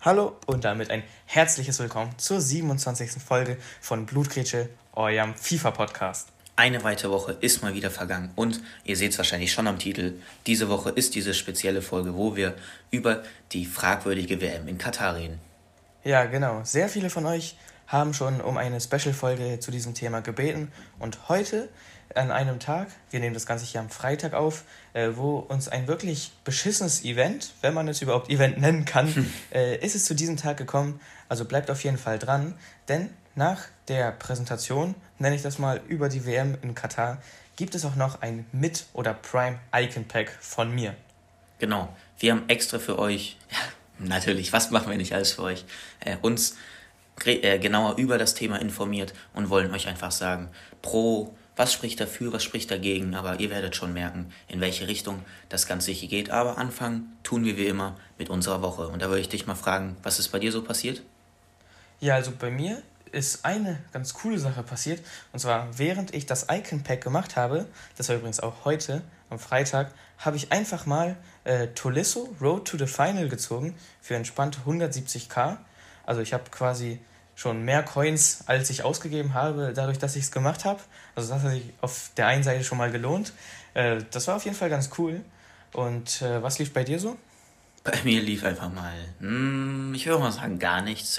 Hallo und damit ein herzliches Willkommen zur 27. Folge von Blutgrätsche, eurem FIFA-Podcast. Eine weitere Woche ist mal wieder vergangen und ihr seht es wahrscheinlich schon am Titel. Diese Woche ist diese spezielle Folge, wo wir über die fragwürdige WM in Katar reden. Ja, genau. Sehr viele von euch haben schon um eine Special-Folge zu diesem Thema gebeten. Und heute an einem Tag, wir nehmen das Ganze hier am Freitag auf, wo uns ein wirklich beschissenes Event, wenn man es überhaupt Event nennen kann, ist es zu diesem Tag gekommen. Also bleibt auf jeden Fall dran, denn nach der Präsentation, nenne ich das mal, über die WM in Katar, gibt es auch noch ein Mid- oder Prime Icon Pack von mir. Genau, wir haben extra für euch, natürlich, was machen wir nicht alles für euch, uns genauer über das Thema informiert und wollen euch einfach sagen, was spricht dafür, was spricht dagegen, aber ihr werdet schon merken, in welche Richtung das Ganze hier geht. Aber anfangen tun wir wie immer mit unserer Woche. Und da würde ich dich mal fragen, was ist bei dir so passiert? Ja, also bei mir ist eine ganz coole Sache passiert. Und zwar, während ich das Icon Pack gemacht habe, das war übrigens auch heute, am Freitag, habe ich einfach mal Tolisso Road to the Final gezogen für entspannte 170k. Also ich habe quasi schon mehr Coins, als ich ausgegeben habe, dadurch, dass ich es gemacht habe. Also das hat sich auf der einen Seite schon mal gelohnt. Das war auf jeden Fall ganz cool. Und was lief bei dir so? Bei mir lief einfach mal, ich würde mal sagen, gar nichts.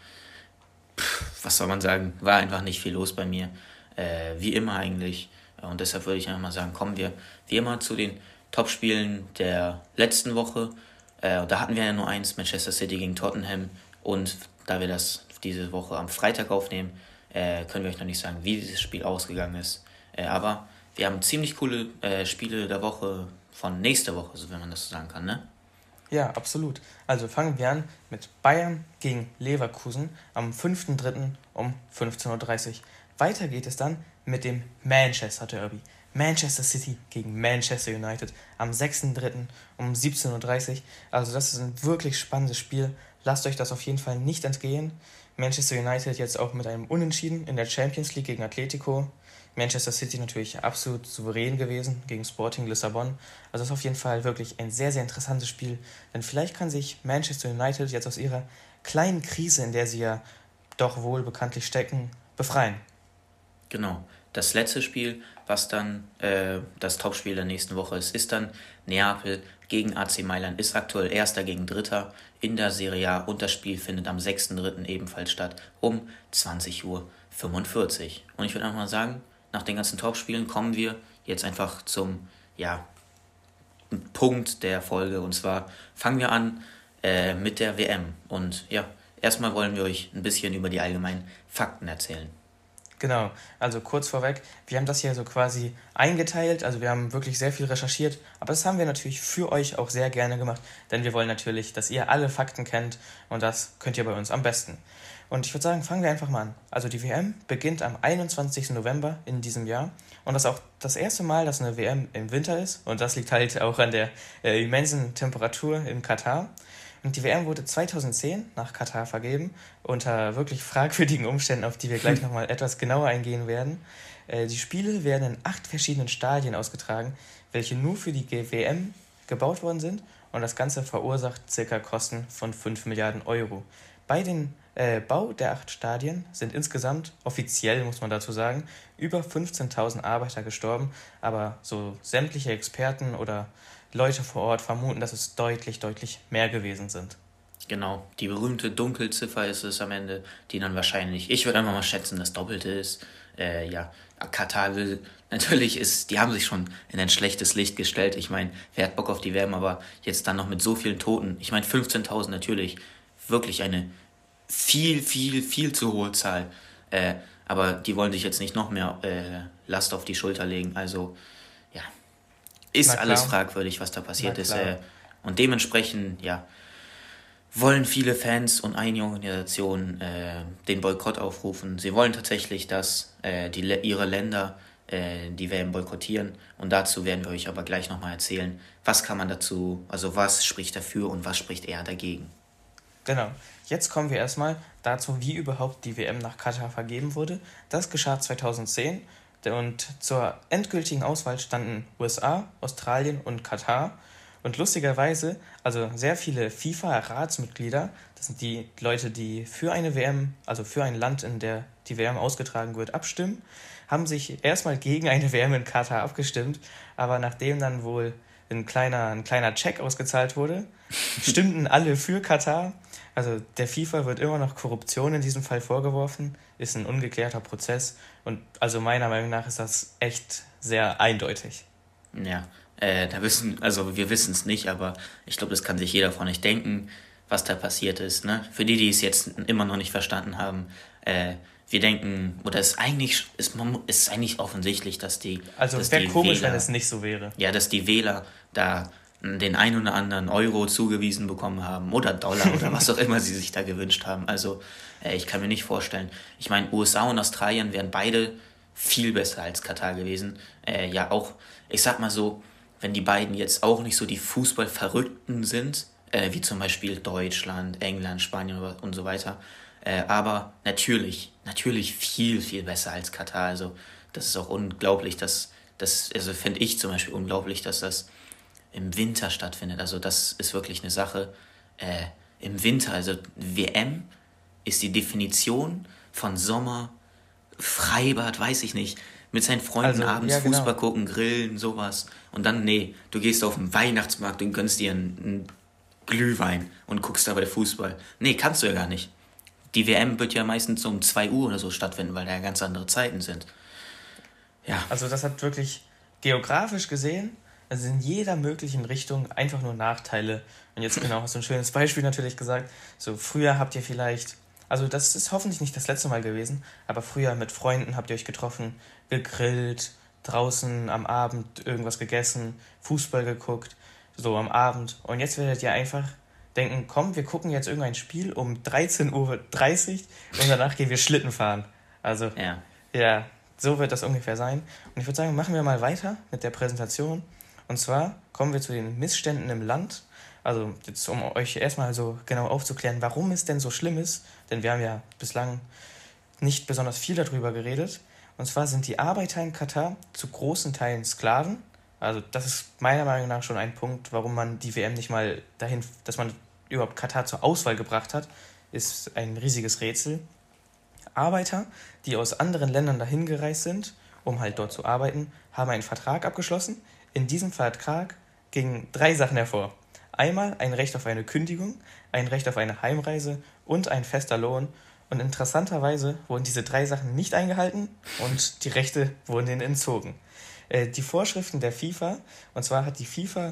Was soll man sagen? War einfach nicht viel los bei mir. Wie immer eigentlich. Und deshalb würde ich einfach mal sagen, kommen wir wie immer zu den Topspielen der letzten Woche. Da hatten wir ja nur eins, Manchester City gegen Tottenham. Und da wir das diese Woche am Freitag aufnehmen, können wir euch noch nicht sagen, wie dieses Spiel ausgegangen ist. Aber wir haben ziemlich coole Spiele der Woche von nächster Woche, so wenn man das so sagen kann, ne? Ja, absolut. Also fangen wir an mit Bayern gegen Leverkusen am 5.3. um 15:30 Uhr. Weiter geht es dann mit dem Manchester Derby. Manchester City gegen Manchester United am 6.3. um 17:30 Uhr. Also das ist ein wirklich spannendes Spiel. Lasst euch das auf jeden Fall nicht entgehen. Manchester United jetzt auch mit einem Unentschieden in der Champions League gegen Atletico. Manchester City natürlich absolut souverän gewesen gegen Sporting Lissabon. Also das ist auf jeden Fall wirklich ein sehr, sehr interessantes Spiel. Denn vielleicht kann sich Manchester United jetzt aus ihrer kleinen Krise, in der sie ja doch wohl bekanntlich stecken, befreien. Genau. Das letzte Spiel, was dann das Topspiel der nächsten Woche ist dann Neapel gegen AC Mailand. Ist aktuell Erster gegen Dritter in der Serie A und das Spiel findet am 6.3. ebenfalls statt um 20:45 Uhr. Und ich würde einfach mal sagen, nach den ganzen Topspielen kommen wir jetzt einfach zum Punkt der Folge. Und zwar fangen wir an mit der WM. Und ja, erstmal wollen wir euch ein bisschen über die allgemeinen Fakten erzählen. Genau, also kurz vorweg, wir haben das hier so quasi eingeteilt, also wir haben wirklich sehr viel recherchiert, aber das haben wir natürlich für euch auch sehr gerne gemacht, denn wir wollen natürlich, dass ihr alle Fakten kennt und das könnt ihr bei uns am besten. Und ich würde sagen, fangen wir einfach mal an. Also die WM beginnt am 21. November in diesem Jahr und das ist auch das erste Mal, dass eine WM im Winter ist und das liegt halt auch an der immensen Temperatur in Katar. Und die WM wurde 2010 nach Katar vergeben, unter wirklich fragwürdigen Umständen, auf die wir gleich nochmal etwas genauer eingehen werden. Die Spiele werden in 8 verschiedenen Stadien ausgetragen, welche nur für die WM gebaut worden sind und das Ganze verursacht ca. Kosten von 5 Milliarden Euro. Bei dem Bau der 8 Stadien sind insgesamt, offiziell muss man dazu sagen, über 15.000 Arbeiter gestorben, aber so sämtliche Experten oder Leute vor Ort vermuten, dass es deutlich, deutlich mehr gewesen sind. Genau, die berühmte Dunkelziffer ist es am Ende, die dann wahrscheinlich, ich würde einfach mal schätzen, das Doppelte ist. Katar will, natürlich die haben sich schon in ein schlechtes Licht gestellt. Ich meine, wer hat Bock auf die WM, aber jetzt dann noch mit so vielen Toten. Ich meine, 15.000 natürlich, wirklich eine viel, viel, viel zu hohe Zahl. Aber die wollen sich jetzt nicht noch mehr Last auf die Schulter legen. Also, ja, ist alles fragwürdig, was da passiert ist. Und dementsprechend, wollen viele Fans und einige Organisationen den Boykott aufrufen. Sie wollen tatsächlich, dass ihre Länder die WM boykottieren. Und dazu werden wir euch aber gleich nochmal erzählen, was kann man dazu, also was spricht dafür und was spricht eher dagegen. Genau. Jetzt kommen wir erstmal dazu, wie überhaupt die WM nach Katar vergeben wurde. Das geschah 2010 und zur endgültigen Auswahl standen USA, Australien und Katar. Und lustigerweise, also sehr viele FIFA-Ratsmitglieder, das sind die Leute, die für eine WM, also für ein Land, in der die WM ausgetragen wird, abstimmen, haben sich erstmal gegen eine WM in Katar abgestimmt, aber nachdem dann wohl ein kleiner Check ausgezahlt wurde, stimmten alle für Katar. Also der FIFA wird immer noch Korruption in diesem Fall vorgeworfen, ist ein ungeklärter Prozess und also meiner Meinung nach ist das echt sehr eindeutig. Ja, also wir wissen es nicht, aber ich glaube, das kann sich jeder von euch denken, was da passiert ist. Ne? Für die, die es jetzt immer noch nicht verstanden haben, wir denken, oder es ist eigentlich offensichtlich, Also dass es wäre die komisch, wenn Wähler, es nicht so wäre. ja, dass die Wähler da den ein oder anderen Euro zugewiesen bekommen haben oder Dollar oder was auch immer sie sich da gewünscht haben. Also ich kann mir nicht vorstellen. Ich meine, USA und Australien wären beide viel besser als Katar gewesen. Ja, auch, ich sag mal so, wenn die beiden jetzt auch nicht so die Fußballverrückten sind, wie zum Beispiel Deutschland, England, Spanien und so weiter, aber natürlich viel, viel besser als Katar. Also das ist auch unglaublich, also finde ich zum Beispiel unglaublich, dass das im Winter stattfindet. Also das ist wirklich eine Sache. Im Winter, also WM ist die Definition von Sommer, Freibad, weiß ich nicht, mit seinen Freunden Also, abends ja, genau. Fußball gucken, grillen, sowas. Und dann, nee, du gehst auf den Weihnachtsmarkt und gönnst dir einen Glühwein und guckst dabei Fußball. Nee, kannst du ja gar nicht. Die WM wird ja meistens so um 2 Uhr oder so stattfinden, weil da ja ganz andere Zeiten sind. Ja, Also das hat wirklich geografisch gesehen, also in jeder möglichen Richtung einfach nur Nachteile. Und jetzt genau, hast du ein schönes Beispiel natürlich gesagt. So früher habt ihr vielleicht, also das ist hoffentlich nicht das letzte Mal gewesen, aber früher mit Freunden habt ihr euch getroffen, gegrillt, draußen am Abend irgendwas gegessen, Fußball geguckt, so am Abend. Und jetzt werdet ihr einfach denken, komm, wir gucken jetzt irgendein Spiel um 13:30 Uhr und danach gehen wir Schlitten fahren. Also ja. ja, so wird das ungefähr sein. Und ich würde sagen, machen wir mal weiter mit der Präsentation. Und zwar kommen wir zu den Missständen im Land. Also jetzt, um euch erstmal so genau aufzuklären, warum es denn so schlimm ist. Denn wir haben ja bislang nicht besonders viel darüber geredet. Und zwar sind die Arbeiter in Katar zu großen Teilen Sklaven. Also das ist meiner Meinung nach schon ein Punkt, warum man die WM nicht mal dahin, dass man überhaupt Katar zur Auswahl gebracht hat, ist ein riesiges Rätsel. Arbeiter, die aus anderen Ländern dahin gereist sind, um halt dort zu arbeiten, haben einen Vertrag abgeschlossen. In diesem Vertrag gingen 3 Sachen hervor. Einmal ein Recht auf eine Kündigung, ein Recht auf eine Heimreise und ein fester Lohn. Und interessanterweise wurden diese 3 Sachen nicht eingehalten und die Rechte wurden ihnen entzogen. Die Vorschriften der FIFA, und zwar hat die FIFA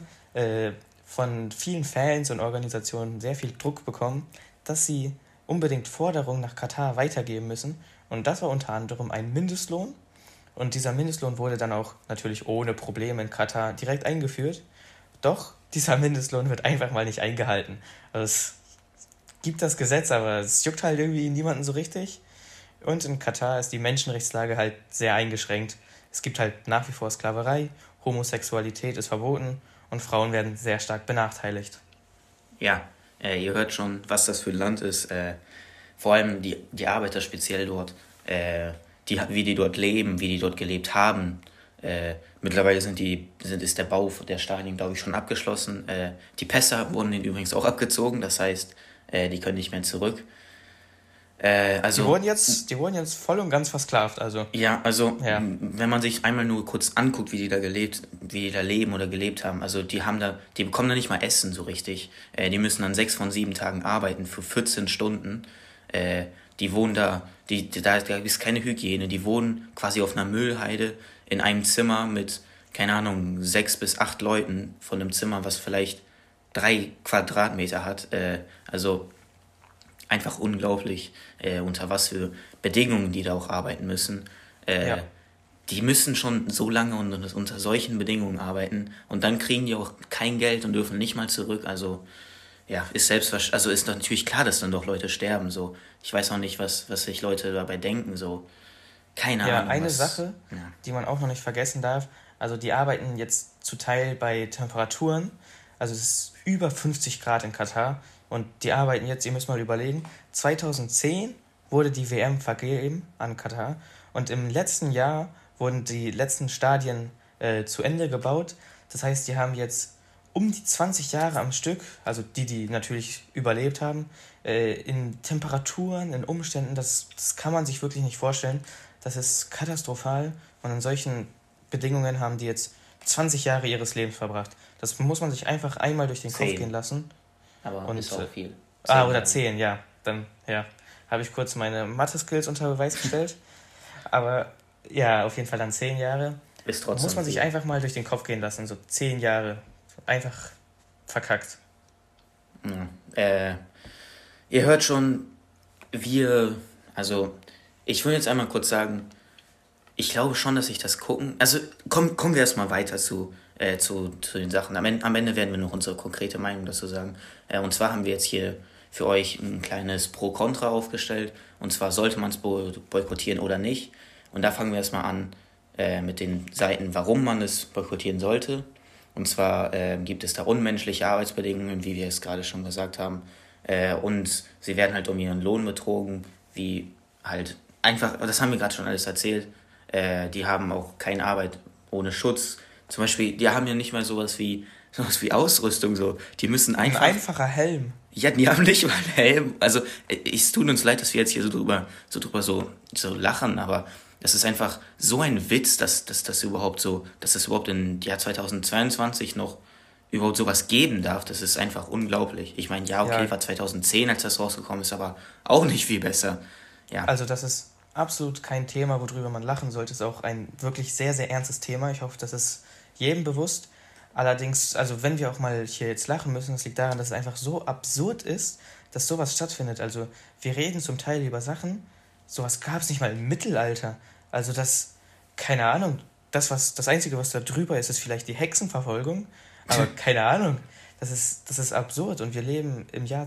von vielen Fans und Organisationen sehr viel Druck bekommen, dass sie unbedingt Forderungen nach Katar weitergeben müssen. Und das war unter anderem ein Mindestlohn. Und dieser Mindestlohn wurde dann auch natürlich ohne Probleme in Katar direkt eingeführt. Doch dieser Mindestlohn wird einfach mal nicht eingehalten. Also es gibt das Gesetz, aber es juckt halt irgendwie niemanden so richtig. Und in Katar ist die Menschenrechtslage halt sehr eingeschränkt. Es gibt halt nach wie vor Sklaverei, Homosexualität ist verboten und Frauen werden sehr stark benachteiligt. Ja, ihr hört schon, was das für ein Land ist. Vor allem die Arbeiter speziell dort, wie die dort leben, wie die dort gelebt haben. Mittlerweile ist der Bau der Stadien, glaube ich, schon abgeschlossen. Die Pässe wurden ihnen übrigens auch abgezogen, das heißt, die können nicht mehr zurück. Die wurden jetzt voll und ganz versklavt, also. Ja, also Ja. wenn man sich einmal nur kurz anguckt, wie die da leben oder gelebt haben, also die bekommen da nicht mal Essen so richtig. Die müssen dann 6 von 7 Tagen arbeiten für 14 Stunden. Die wohnen da ist keine Hygiene. Die wohnen quasi auf einer Müllhalde in einem Zimmer mit, keine Ahnung, 6 bis 8 Leuten von einem Zimmer, was vielleicht 3 Quadratmeter hat. Also einfach unglaublich, unter was für Bedingungen die da auch arbeiten müssen. Ja. Die müssen schon so lange unter solchen Bedingungen arbeiten und dann kriegen die auch kein Geld und dürfen nicht mal zurück. Also ja, ist natürlich klar, dass dann doch Leute sterben. So, ich weiß auch nicht, was sich Leute dabei denken. So, keine Ja, Ahnung. eine Sache, Ja. die man auch noch nicht vergessen darf, also die arbeiten jetzt zu Teil bei Temperaturen, also es ist über 50 Grad in Katar und die arbeiten jetzt, ihr müsst mal überlegen, 2010 wurde die WM vergeben an Katar und im letzten Jahr wurden die letzten Stadien zu Ende gebaut. Das heißt, die haben jetzt um die 20 Jahre am Stück, also die natürlich überlebt haben, in Temperaturen, in Umständen, das kann man sich wirklich nicht vorstellen. Das ist katastrophal und in solchen Bedingungen haben die jetzt 20 Jahre ihres Lebens verbracht. Das muss man sich einfach einmal durch den Kopf gehen lassen. Aber und, ist auch viel. 10, ja. Dann, ja, habe ich kurz meine Mathe-Skills unter Beweis gestellt. Aber ja, auf jeden Fall dann 10 Jahre. Ist trotzdem muss man sich viel. einfach mal durch den Kopf gehen lassen. So 10 Jahre. Einfach verkackt. Ja. Ihr hört schon, also ich will jetzt einmal kurz sagen, ich glaube schon, dass ich das gucken, also kommen wir erstmal weiter zu den Sachen. Am Ende werden wir noch unsere konkrete Meinung dazu sagen. Und zwar haben wir jetzt hier für euch ein kleines Pro-Kontra aufgestellt. Und zwar sollte man es boykottieren oder nicht. Und da fangen wir erstmal an mit den Seiten, warum man es boykottieren sollte. Und zwar gibt es da unmenschliche Arbeitsbedingungen, wie wir es gerade schon gesagt haben. Und sie werden halt um ihren Lohn betrogen, wie halt einfach, das haben wir gerade schon alles erzählt. Die haben auch keine Arbeit ohne Schutz. Zum Beispiel, die haben ja nicht mal sowas wie Ausrüstung. So. Die müssen einfach... Ein einfacher Helm. Ja, die haben nicht mal einen Helm. Also, es tut uns leid, dass wir jetzt hier so drüber lachen, aber das ist einfach so ein Witz, dass das überhaupt im Jahr 2022 noch überhaupt sowas geben darf. Das ist einfach unglaublich. Ich meine, ja, okay, war 2010, als das rausgekommen ist, aber auch nicht viel besser. Ja. Also das ist absolut kein Thema, worüber man lachen sollte. Es ist auch ein wirklich sehr, sehr ernstes Thema. Ich hoffe, das ist jedem bewusst. Allerdings, also wenn wir auch mal hier jetzt lachen müssen, das liegt daran, dass es einfach so absurd ist, dass sowas stattfindet. Also wir reden zum Teil über Sachen, sowas gab es nicht mal im Mittelalter. Also das, keine Ahnung, das Einzige, was da drüber ist, ist vielleicht die Hexenverfolgung. Aber keine Ahnung, das ist absurd. Und wir leben im Jahr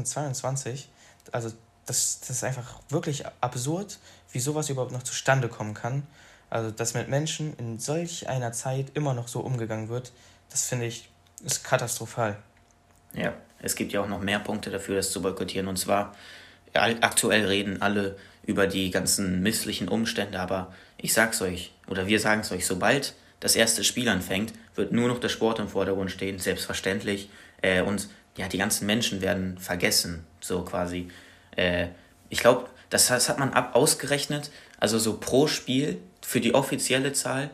2022. Also das ist einfach wirklich absurd, wie sowas überhaupt noch zustande kommen kann. Also, dass mit Menschen in solch einer Zeit immer noch so umgegangen wird, das finde ich, ist katastrophal. Ja, es gibt ja auch noch mehr Punkte dafür, das zu boykottieren. Und zwar, aktuell reden alle über die ganzen misslichen Umstände, aber ich sag's euch, oder wir sagen es euch, sobald das erste Spiel anfängt, wird nur noch der Sport im Vordergrund stehen, selbstverständlich. Und ja, die ganzen Menschen werden vergessen, so quasi. Ich glaube, das hat man ausgerechnet, also so pro Spiel für die offizielle Zahl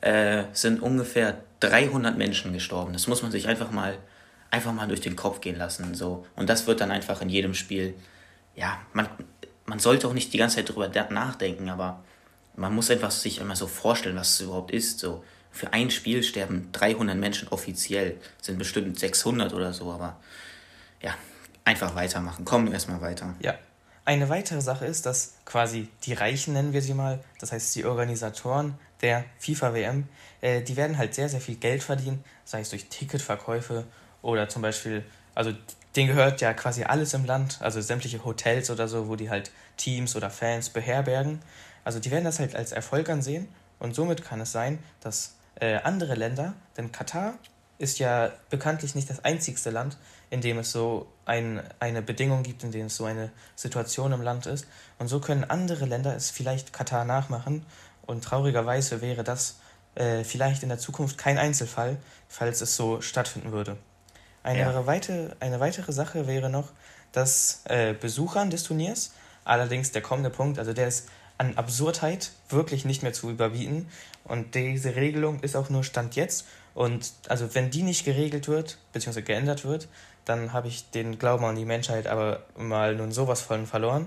sind ungefähr 300 Menschen gestorben. Das muss man sich einfach mal durch den Kopf gehen lassen. So. Und das wird dann einfach in jedem Spiel, ja, man sollte auch nicht die ganze Zeit drüber nachdenken, aber man muss einfach sich immer so vorstellen, was es überhaupt ist. So. Für ein Spiel sterben 300 Menschen offiziell, sind bestimmt 600 oder so, aber ja, einfach weitermachen. Kommen wir erstmal weiter. Ja. Eine weitere Sache ist, dass quasi die Reichen, nennen wir sie mal, das heißt die Organisatoren der FIFA-WM, die werden halt sehr, sehr viel Geld verdienen, sei es durch Ticketverkäufe oder zum Beispiel, also denen gehört ja quasi alles im Land, also sämtliche Hotels oder so, wo die halt Teams oder Fans beherbergen. Also die werden das halt als Erfolg ansehen und somit kann es sein, dass andere Länder, denn Katar ist ja bekanntlich nicht das einzigste Land, in dem es so eine Bedingung gibt, in dem es so eine Situation im Land ist. Und so können andere Länder es vielleicht Katar nachmachen. Und traurigerweise wäre das vielleicht in der Zukunft kein Einzelfall, falls es so stattfinden würde. Eine weitere Sache wäre noch, dass Besuchern des Turniers, allerdings der kommende Punkt, also der ist an Absurdheit wirklich nicht mehr zu überbieten. Und diese Regelung ist auch nur Stand jetzt. Und also wenn die nicht geregelt wird, beziehungsweise geändert wird, dann habe ich den Glauben an die Menschheit aber mal nun sowas von verloren.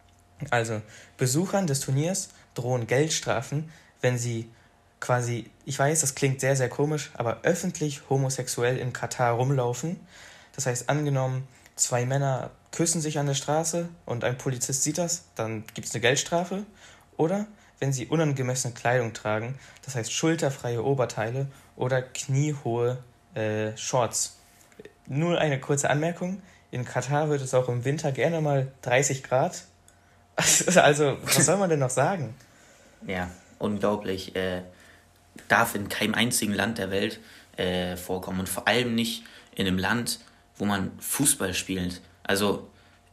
Also Besuchern des Turniers drohen Geldstrafen, wenn sie quasi, ich weiß, das klingt sehr, sehr komisch, aber öffentlich homosexuell in Katar rumlaufen. Das heißt, angenommen, 2 Männer küssen sich an der Straße und ein Polizist sieht das, dann gibt es eine Geldstrafe. Oder wenn sie unangemessene Kleidung tragen, das heißt schulterfreie Oberteile oder kniehohe Shorts. Nur eine kurze Anmerkung, in Katar wird es auch im Winter gerne mal 30 Grad. Also, was soll man denn noch sagen? Ja, unglaublich. Darf in keinem einzigen Land der Welt vorkommen und vor allem nicht in einem Land, wo man Fußball spielt. Also,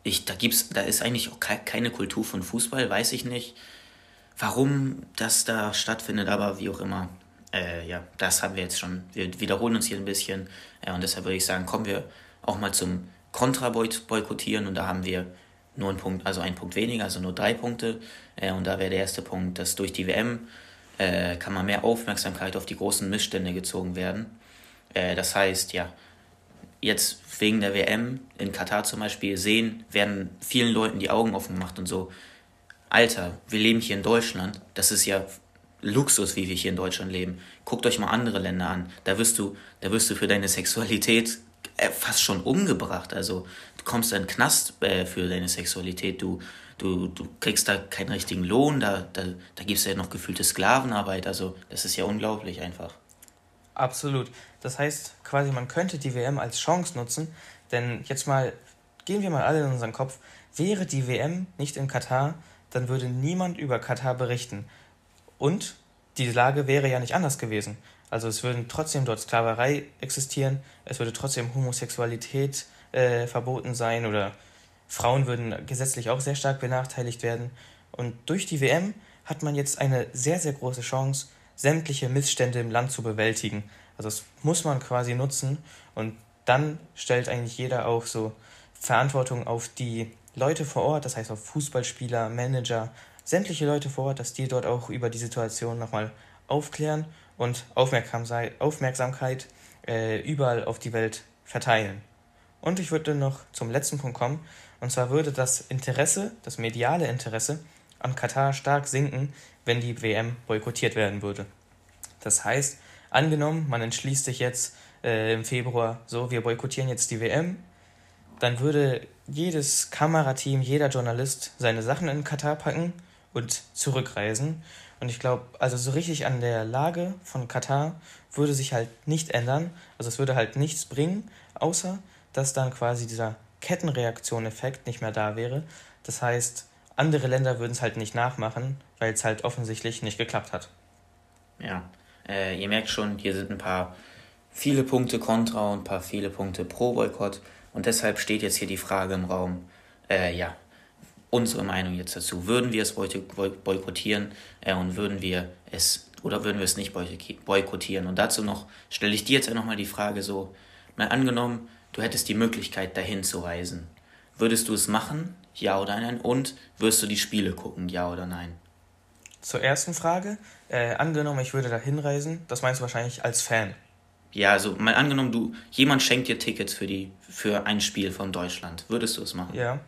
da ist eigentlich auch keine Kultur von Fußball, weiß ich nicht, warum das da stattfindet, aber wie auch immer. Ja, das haben wir jetzt schon. Wir wiederholen uns hier ein bisschen. Und deshalb würde ich sagen, kommen wir auch mal zum Kontra-Boykottieren. Und da haben wir nur einen Punkt, also einen Punkt weniger, also nur 3 Punkte. Und da wäre der erste Punkt, dass durch die WM kann man mehr Aufmerksamkeit auf die großen Missstände gezogen werden. Das heißt, ja, jetzt wegen der WM in Katar zum Beispiel werden vielen Leuten die Augen offen gemacht und so, Alter, wir leben hier in Deutschland, das ist ja Luxus, wie wir hier in Deutschland leben. Guckt euch mal andere Länder an. Da wirst du für deine Sexualität fast schon umgebracht. Also du kommst in den Knast für deine Sexualität. Du kriegst da keinen richtigen Lohn. Da gibt es ja noch gefühlte Sklavenarbeit. Also das ist ja unglaublich einfach. Absolut. Das heißt quasi, man könnte die WM als Chance nutzen, denn jetzt mal, gehen wir mal alle in unseren Kopf, wäre die WM nicht in Katar, dann würde niemand über Katar berichten. Und die Lage wäre ja nicht anders gewesen. Also es würden trotzdem dort Sklaverei existieren, es würde trotzdem Homosexualität verboten sein oder Frauen würden gesetzlich auch sehr stark benachteiligt werden. Und durch die WM hat man jetzt eine sehr, sehr große Chance, sämtliche Missstände im Land zu bewältigen. Also das muss man quasi nutzen und dann stellt eigentlich jeder auch so Verantwortung auf die Leute vor Ort, das heißt auf Fußballspieler, Manager, sämtliche Leute vor Ort, dass die dort auch über die Situation nochmal aufklären und Aufmerksamkeit überall auf die Welt verteilen. Und ich würde noch zum letzten Punkt kommen, und zwar würde das Interesse, das mediale Interesse an Katar stark sinken, wenn die WM boykottiert werden würde. Das heißt, angenommen, man entschließt sich jetzt im Februar, so, wir boykottieren jetzt die WM, dann würde jedes Kamerateam, jeder Journalist seine Sachen in Katar packen und zurückreisen. Und ich glaube, also so richtig an der Lage von Katar würde sich halt nicht ändern. Also es würde halt nichts bringen, außer dass dann quasi dieser Kettenreaktion-Effekt nicht mehr da wäre. Das heißt, andere Länder würden es halt nicht nachmachen, weil es halt offensichtlich nicht geklappt hat. Ja, ihr merkt schon, hier sind viele Punkte kontra und viele Punkte pro Boykott. Und deshalb steht jetzt hier die Frage im Raum, ja, unsere Meinung jetzt dazu. Würden wir es boykottieren und würden wir es nicht boykottieren? Und dazu noch stelle ich dir jetzt nochmal die Frage so, mal angenommen, du hättest die Möglichkeit dahin zu reisen. Würdest du es machen? Ja oder nein? Und wirst du die Spiele gucken? Ja oder nein? Zur ersten Frage, angenommen, ich würde da hinreisen, das meinst du wahrscheinlich als Fan. Ja, also mal angenommen, jemand schenkt dir Tickets für ein Spiel von Deutschland. Würdest du es machen? Ja,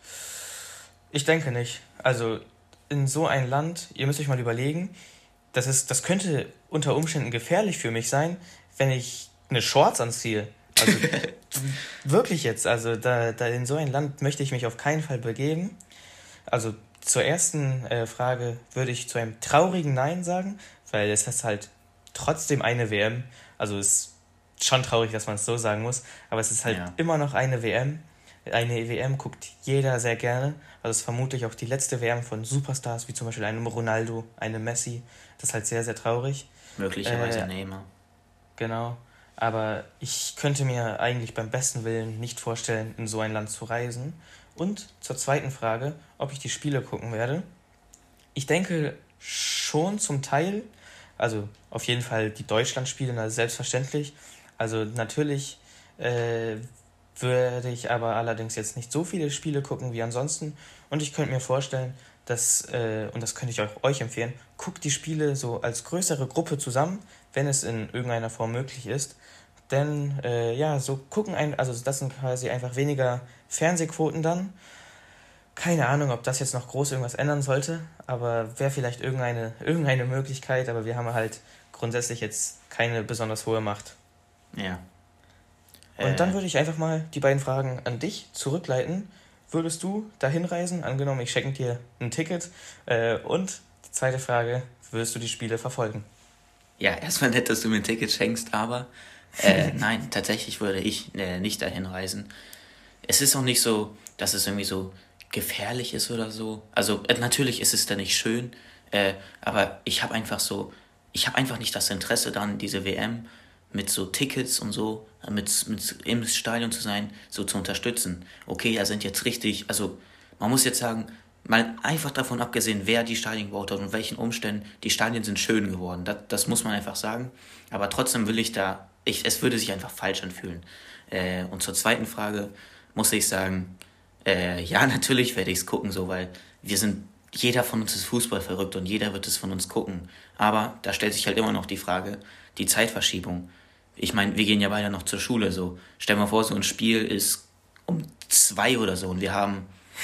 ich denke nicht. Also in so ein Land, ihr müsst euch mal überlegen, das könnte unter Umständen gefährlich für mich sein, wenn ich eine Shorts anziehe. Also wirklich jetzt, also da in so ein Land möchte ich mich auf keinen Fall begeben. Also zur ersten Frage würde ich zu einem traurigen Nein sagen, weil es ist halt trotzdem eine WM. Also es ist schon traurig, dass man es so sagen muss, aber es ist halt immer noch eine WM. Eine WM guckt jeder sehr gerne. Also es ist vermutlich auch die letzte WM von Superstars, wie zum Beispiel einem Ronaldo, einem Messi. Das ist halt sehr, sehr traurig. Möglicherweise Neymar. Genau. Aber ich könnte mir eigentlich beim besten Willen nicht vorstellen, in so ein Land zu reisen. Und zur zweiten Frage, ob ich die Spiele gucken werde. Ich denke schon zum Teil, also auf jeden Fall die Deutschlandspiele, selbstverständlich. Also natürlich würde ich aber allerdings jetzt nicht so viele Spiele gucken wie ansonsten. Und ich könnte mir vorstellen, und das könnte ich euch empfehlen, guckt die Spiele so als größere Gruppe zusammen, wenn es in irgendeiner Form möglich ist. Denn so also das sind quasi einfach weniger Fernsehquoten dann. Keine Ahnung, ob das jetzt noch groß irgendwas ändern sollte, aber wäre vielleicht irgendeine Möglichkeit, aber wir haben halt grundsätzlich jetzt keine besonders hohe Macht. Ja. Und dann würde ich einfach mal die beiden Fragen an dich zurückleiten. Würdest du dahin reisen? Angenommen, ich schenke dir ein Ticket. Und die zweite Frage, würdest du die Spiele verfolgen? Ja, erstmal nett, dass du mir ein Ticket schenkst, aber nein, tatsächlich würde ich nicht dahin reisen. Es ist auch nicht so, dass es irgendwie so gefährlich ist oder so. Also natürlich ist es da nicht schön, aber ich habe einfach nicht das Interesse dann, diese WM mit so Tickets und so, mit im Stadion zu sein, so zu unterstützen. Okay, da sind jetzt also man muss jetzt sagen, mal einfach davon abgesehen, wer die Stadien gebaut hat und welchen Umständen, die Stadien sind schön geworden. Das muss man einfach sagen. Aber trotzdem es würde sich einfach falsch anfühlen. Und zur zweiten Frage muss ich sagen, ja, natürlich werde ich es gucken, so, weil jeder von uns ist Fußball verrückt und jeder wird es von uns gucken. Aber da stellt sich halt immer noch die Frage, die Zeitverschiebung. Ich meine, wir gehen ja beide noch zur Schule, so. Stell mal vor, so ein Spiel ist um 2 oder so und wir haben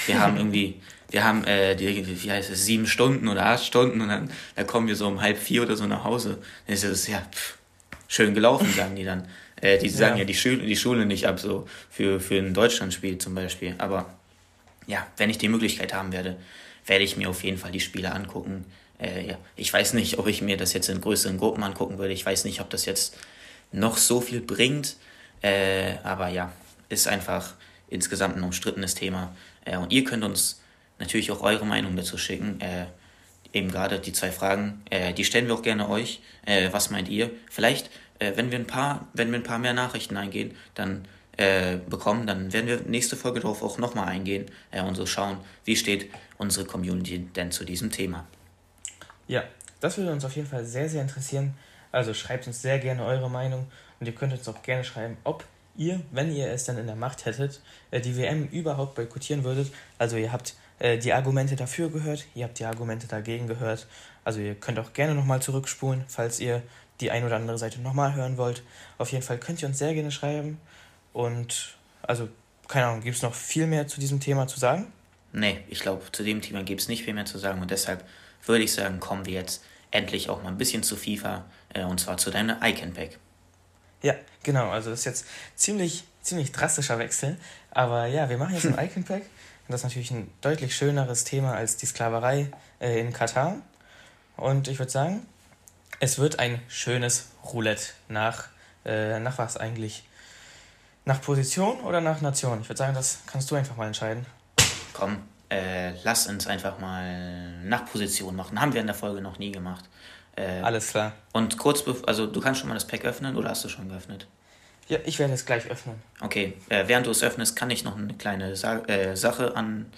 wie heißt es, 7 Stunden oder 8 Stunden und dann kommen wir so um 3:30 oder so nach Hause. Dann ist es ja schön gelaufen, sagen die dann. Die sagen ja die Schule nicht ab, so für ein Deutschlandspiel zum Beispiel. Aber ja, wenn ich die Möglichkeit haben werde, werde ich mir auf jeden Fall die Spiele angucken. Ja. Ich weiß nicht, ob ich mir das jetzt in größeren Gruppen angucken würde. Ich weiß nicht, ob das jetzt noch so viel bringt. Aber ja, ist einfach insgesamt ein umstrittenes Thema. Und ihr könnt uns natürlich auch eure Meinung dazu schicken. Eben gerade die 2 Fragen, die stellen wir auch gerne euch. Was meint ihr? Vielleicht, wenn wir ein paar mehr Nachrichten eingehen, dann dann werden wir nächste Folge darauf auch nochmal eingehen und so schauen, wie steht unsere Community denn zu diesem Thema. Ja, das würde uns auf jeden Fall sehr, sehr interessieren. Also schreibt uns sehr gerne eure Meinung und ihr könnt uns auch gerne schreiben, ob ihr, wenn ihr es dann in der Macht hättet, die WM überhaupt boykottieren würdet. Also ihr habt die Argumente dafür gehört, ihr habt die Argumente dagegen gehört. Also ihr könnt auch gerne nochmal zurückspulen, falls ihr die ein oder andere Seite nochmal hören wollt. Auf jeden Fall könnt ihr uns sehr gerne schreiben. Und also, keine Ahnung, gibt es noch viel mehr zu diesem Thema zu sagen? Nee, ich glaube, zu dem Thema gibt es nicht viel mehr zu sagen und deshalb würde ich sagen, kommen wir jetzt endlich auch mal ein bisschen zu FIFA und zwar zu deinem Icon Pack. Ja, genau, also das ist jetzt ziemlich drastischer Wechsel, aber ja, wir machen jetzt ein Icon Pack und das ist natürlich ein deutlich schöneres Thema als die Sklaverei in Katar und ich würde sagen, es wird ein schönes Roulette nach was eigentlich? Nach Position oder nach Nation? Ich würde sagen, das kannst du einfach mal entscheiden. Komm, lass uns einfach mal nach Position machen. Haben wir in der Folge noch nie gemacht. Alles klar. Und also du kannst schon mal das Pack öffnen oder hast du schon geöffnet? Ja, ich werde es gleich öffnen. Okay, während du es öffnest, kann ich noch eine kleine Sache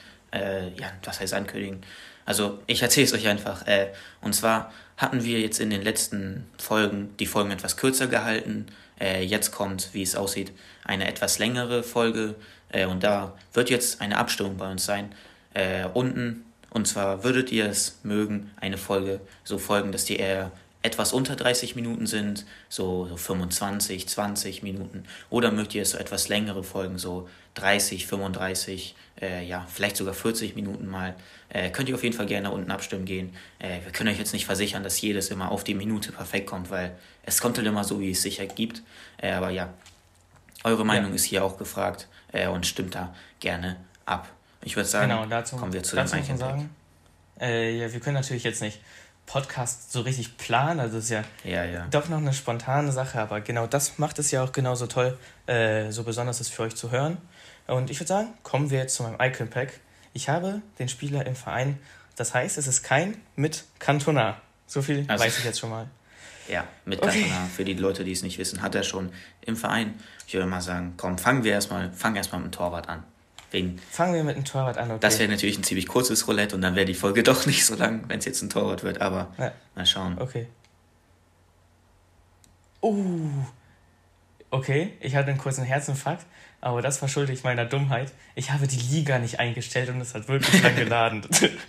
was heißt ankündigen? Also ich erzähle es euch einfach. Und zwar hatten wir jetzt in den letzten Folgen die Folgen etwas kürzer gehalten. Jetzt kommt, wie es aussieht, eine etwas längere Folge. Und da wird jetzt eine Abstimmung bei uns sein. Unten. Und zwar würdet ihr es mögen, eine Folge so folgen, dass die eher etwas unter 30 Minuten sind, so 25, 20 Minuten. Oder mögt ihr es so etwas längere Folgen, so 30, 35, vielleicht sogar 40 Minuten mal. Könnt ihr auf jeden Fall gerne unten abstimmen gehen. Wir können euch jetzt nicht versichern, dass jedes immer auf die Minute perfekt kommt, weil es kommt halt immer so, wie es sich ergibt. Aber ja, eure Meinung ist hier auch gefragt und stimmt da gerne ab. Ich würde sagen, kommen wir zu dem Icon Pack. Wir können natürlich jetzt nicht Podcast so richtig planen, also das ist ja doch noch eine spontane Sache, aber genau das macht es ja auch genauso toll, so besonders ist für euch zu hören. Und ich würde sagen, kommen wir jetzt zu meinem Icon Pack. Ich habe den Spieler im Verein, das heißt, es ist kein mit Cantona. So viel weiß ich jetzt schon mal. Ja, mit Cantona, für die Leute, die es nicht wissen, hat er schon im Verein. Ich würde mal sagen, komm, fang erstmal mit dem Torwart an. Fangen wir mit dem Torwart an, okay. Das wäre natürlich ein ziemlich kurzes Roulette und dann wäre die Folge doch nicht so lang, wenn es jetzt ein Torwart wird, aber mal schauen. Okay. Okay, ich hatte einen kurzen Herzinfarkt, aber das verschulde ich meiner Dummheit. Ich habe die Liga nicht eingestellt und es hat wirklich lang geladen.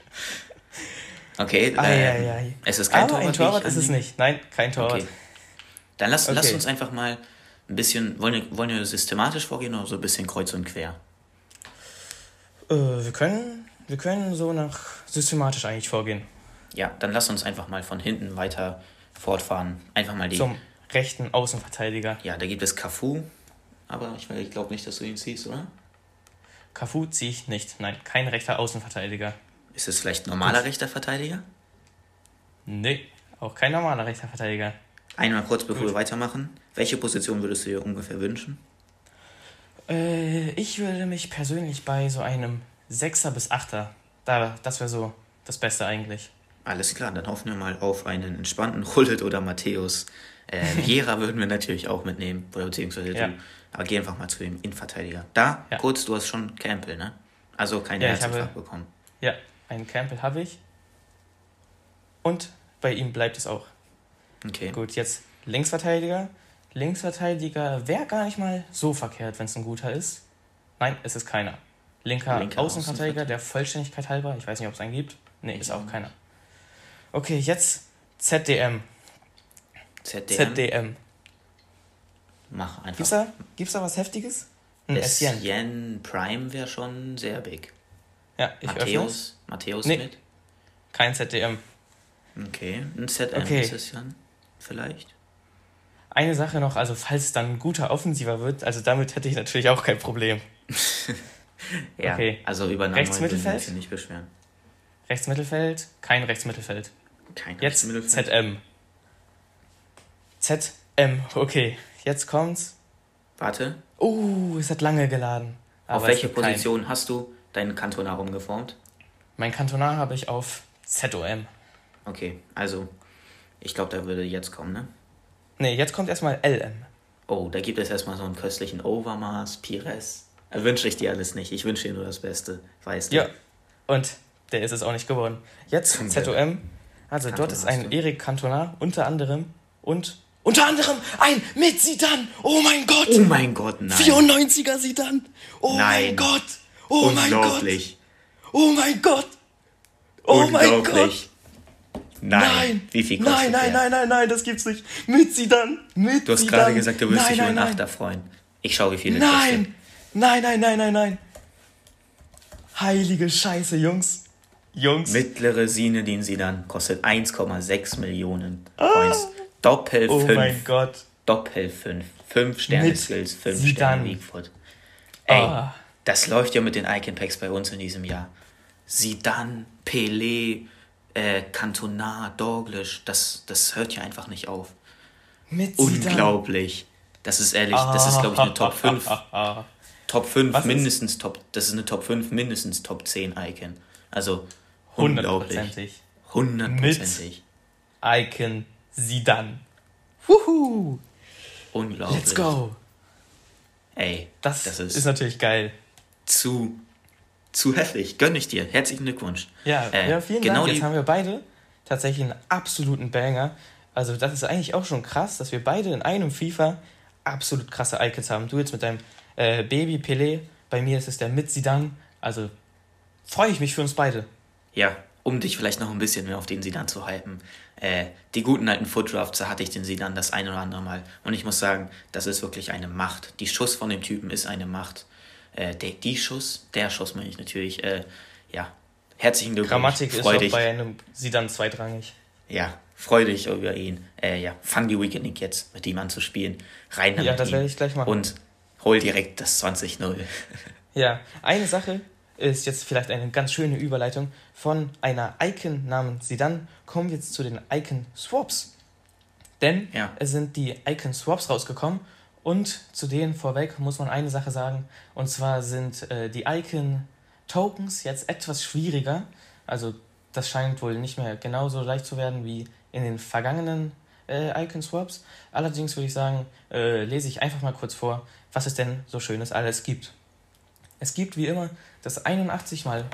Okay, es ist kein Torwart. Ein Torwart ist es nicht. Nein, kein Torwart. Okay. Dann lass uns einfach mal ein bisschen, wollen wir systematisch vorgehen oder so ein bisschen kreuz und quer? Wir können so nach systematisch eigentlich vorgehen. Ja, dann lass uns einfach mal von hinten weiter fortfahren. Einfach mal zum rechten Außenverteidiger. Ja, da gibt es Cafu, aber ich glaube nicht, dass du ihn ziehst, oder? Cafu ziehe ich nicht. Nein, kein rechter Außenverteidiger. Ist es vielleicht ein normaler rechter Verteidiger? Nee, auch kein normaler rechter Verteidiger. Einmal kurz, bevor wir weitermachen. Welche Position würdest du dir ungefähr wünschen? Ich würde mich persönlich bei so einem 6er bis 8er, das wäre so das Beste eigentlich. Alles klar, dann hoffen wir mal auf einen entspannten Rullet oder Matthäus. Viera würden wir natürlich auch mitnehmen, beziehungsweise du. Aber geh einfach mal zu dem Innenverteidiger. Kurz, du hast schon Campbell, ne? Also keinen Herzinfarkt bekommen. Ja, Einen Campbell habe ich. Und bei ihm bleibt es auch. Okay. Gut, jetzt Linksverteidiger. Linksverteidiger wäre gar nicht mal so verkehrt, wenn es ein guter ist. Nein, es ist keiner. Linker Außenverteidiger, der Vollständigkeit halber. Ich weiß nicht, ob es einen gibt. Nee, ist auch keiner. Okay, jetzt ZDM. ZDM. Mach einfach. Gibt's da was Heftiges? Essien Prime wäre schon sehr big. Ja, Matthäus mit? Kein ZDM. Okay, ein ZM ist es ja vielleicht. Eine Sache noch, also falls es dann ein guter Offensiver wird, also damit hätte ich natürlich auch kein Problem. Ja, okay. Also über Rechtsmittelfeld? Ich nicht beschweren. Rechtsmittelfeld? Kein Rechtsmittelfeld. Jetzt ZM. ZM, okay. Jetzt kommt's. Warte. Es hat lange geladen. Auf welche Position hast du deinen Cantona umgeformt? Mein Cantona habe ich auf ZOM. Okay, also ich glaube, da würde jetzt kommen, ne? Ne, jetzt kommt erstmal LM. Oh, da gibt es erstmal so einen köstlichen Overmars, Pires. Wünsche ich dir alles nicht. Ich wünsche dir nur das Beste. Weißt du? Ja, und der ist es auch nicht geworden. Jetzt ZOM. Also Cantona dort ist ein Eric Cantona unter anderem ein mit Zidane. Oh mein Gott. Oh mein Gott, nein. 94er Zidane. Oh mein Gott. Oh mein Gott. Oh mein Gott. Oh mein Gott. Nein. Wie viel kostet Nein, das gibt's nicht. Mit Zidane. Du hast gerade gesagt, du wirst dich über einen Achter freuen. Ich schau, wie viel das kostet. Nein. Heilige Scheiße, Jungs. Mittlere Zinedine Zidane kostet 1,6 Millionen Coins. Doppel 5. Oh mein Gott. Doppel 5. 5 Sterne Skills, 5 Sterne Weakfoot. Ey, das läuft ja mit den Icon Packs bei uns in diesem Jahr. Zidane, Pelé, Cantona, Dalglish, das hört ja einfach nicht auf. Mit unglaublich. Das ist ehrlich, das ist glaube ich eine Top 5. Top 5 mindestens Top, das ist eine Top 5 mindestens Top 10 Icon. Also unglaublich. 100%. Icon Zidane. Wuhu! Unglaublich. Let's go. Ey, das ist natürlich geil. Zu heftig. Gönn ich dir. Herzlichen Glückwunsch. Ja, vielen Dank. Jetzt haben wir beide tatsächlich einen absoluten Banger. Also das ist eigentlich auch schon krass, dass wir beide in einem FIFA absolut krasse Icons haben. Du jetzt mit deinem Baby Pelé, bei mir ist es der mit Zidane. Also freue ich mich für uns beide. Ja, um dich vielleicht noch ein bisschen mehr auf den Zidane zu hypen. Die guten alten Footdrafts, da hatte ich den Zidane das ein oder andere Mal. Und ich muss sagen, das ist wirklich eine Macht. Die Schuss von dem Typen ist eine Macht. Der Schuss meine ich natürlich. Herzlichen Glückwunsch. Grammatik ist auch bei einem Zidane zweitrangig. Ja, freu dich über ihn. Fang die Weekend League jetzt mit ihm an zu spielen. Rein damit. Ja, das werde ich gleich machen. Und hol direkt das 20-0. Ja, eine Sache ist jetzt vielleicht eine ganz schöne Überleitung. Von einer Icon namens Zidane kommen wir jetzt zu den Icon Swaps. Denn es sind die Icon Swaps rausgekommen und zu denen vorweg muss man eine Sache sagen. Und zwar sind die Icon Tokens jetzt etwas schwieriger. Also das scheint wohl nicht mehr genauso leicht zu werden wie in den vergangenen Icon Swaps. Allerdings würde ich sagen, lese ich einfach mal kurz vor, was es denn so Schönes alles gibt. Es gibt wie immer das 81 mal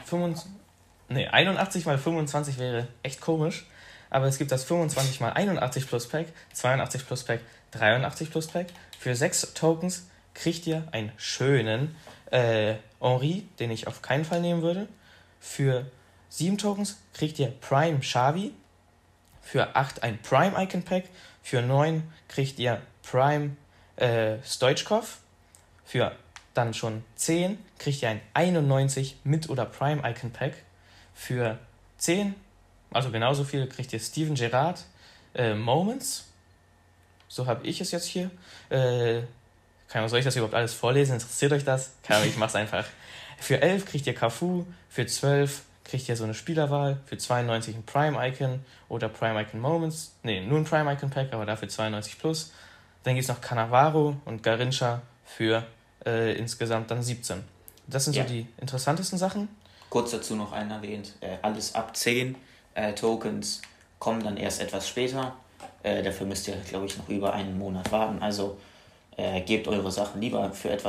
25 wäre echt komisch, aber es gibt das 25 mal 81 Plus Pack, 82 Plus Pack, 83 Plus Pack. Für 6 Tokens kriegt ihr einen schönen Henri, den ich auf keinen Fall nehmen würde. Für 7 Tokens kriegt ihr Prime Xavi. Für 8 ein Prime Icon Pack. Für 9 kriegt ihr Prime Stoichkov. Für dann schon 10 kriegt ihr ein 91 mit oder Prime Icon Pack. Für 10, also genauso viel, kriegt ihr Steven Gerrard Moments. So habe ich es jetzt hier. Soll ich das überhaupt alles vorlesen? Interessiert euch das? Ich mach's einfach. Für 11 kriegt ihr Cafu. Für 12 kriegt ihr so eine Spielerwahl. Für 92 ein Prime Icon oder Prime Icon Moments. Ne, nur ein Prime Icon Pack, aber dafür 92 plus. Dann gibt es noch Cannavaro und Garrincha für insgesamt dann 17. Das sind so die interessantesten Sachen. Kurz dazu noch einen erwähnt. Alles ab 10 Tokens kommen dann erst etwas später. Dafür müsst ihr, glaube ich, noch über einen Monat warten. Also gebt eure Sachen lieber für etwas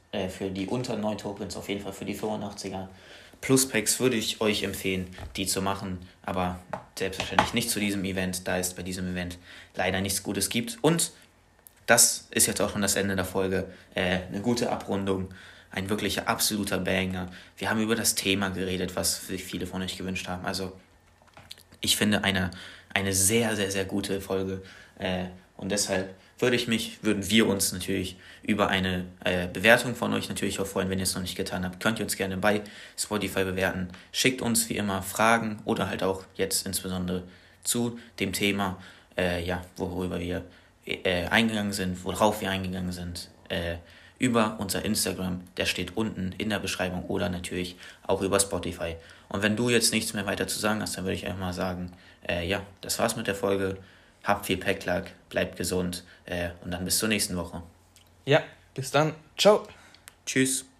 für die unter 9 Tokens, auf jeden Fall für die 85er Plus-Packs würde ich euch empfehlen, die zu machen, aber selbstverständlich nicht zu diesem Event, da es bei diesem Event leider nichts Gutes gibt. Und das ist jetzt auch schon das Ende der Folge. Eine gute Abrundung, ein wirklicher absoluter Banger. Wir haben über das Thema geredet, was sich viele von euch gewünscht haben. Also ich finde eine sehr, sehr, sehr gute Folge. Und deshalb würden wir uns natürlich über eine Bewertung von euch natürlich auch freuen, wenn ihr es noch nicht getan habt. Könnt ihr uns gerne bei Spotify bewerten. Schickt uns wie immer Fragen oder halt auch jetzt insbesondere zu dem Thema, worüber wir eingegangen sind, worauf wir eingegangen sind, über unser Instagram, der steht unten in der Beschreibung oder natürlich auch über Spotify. Und wenn du jetzt nichts mehr weiter zu sagen hast, dann würde ich einfach mal sagen, das war's mit der Folge. Habt viel Packlack, bleibt gesund und dann bis zur nächsten Woche. Ja, bis dann. Ciao. Tschüss.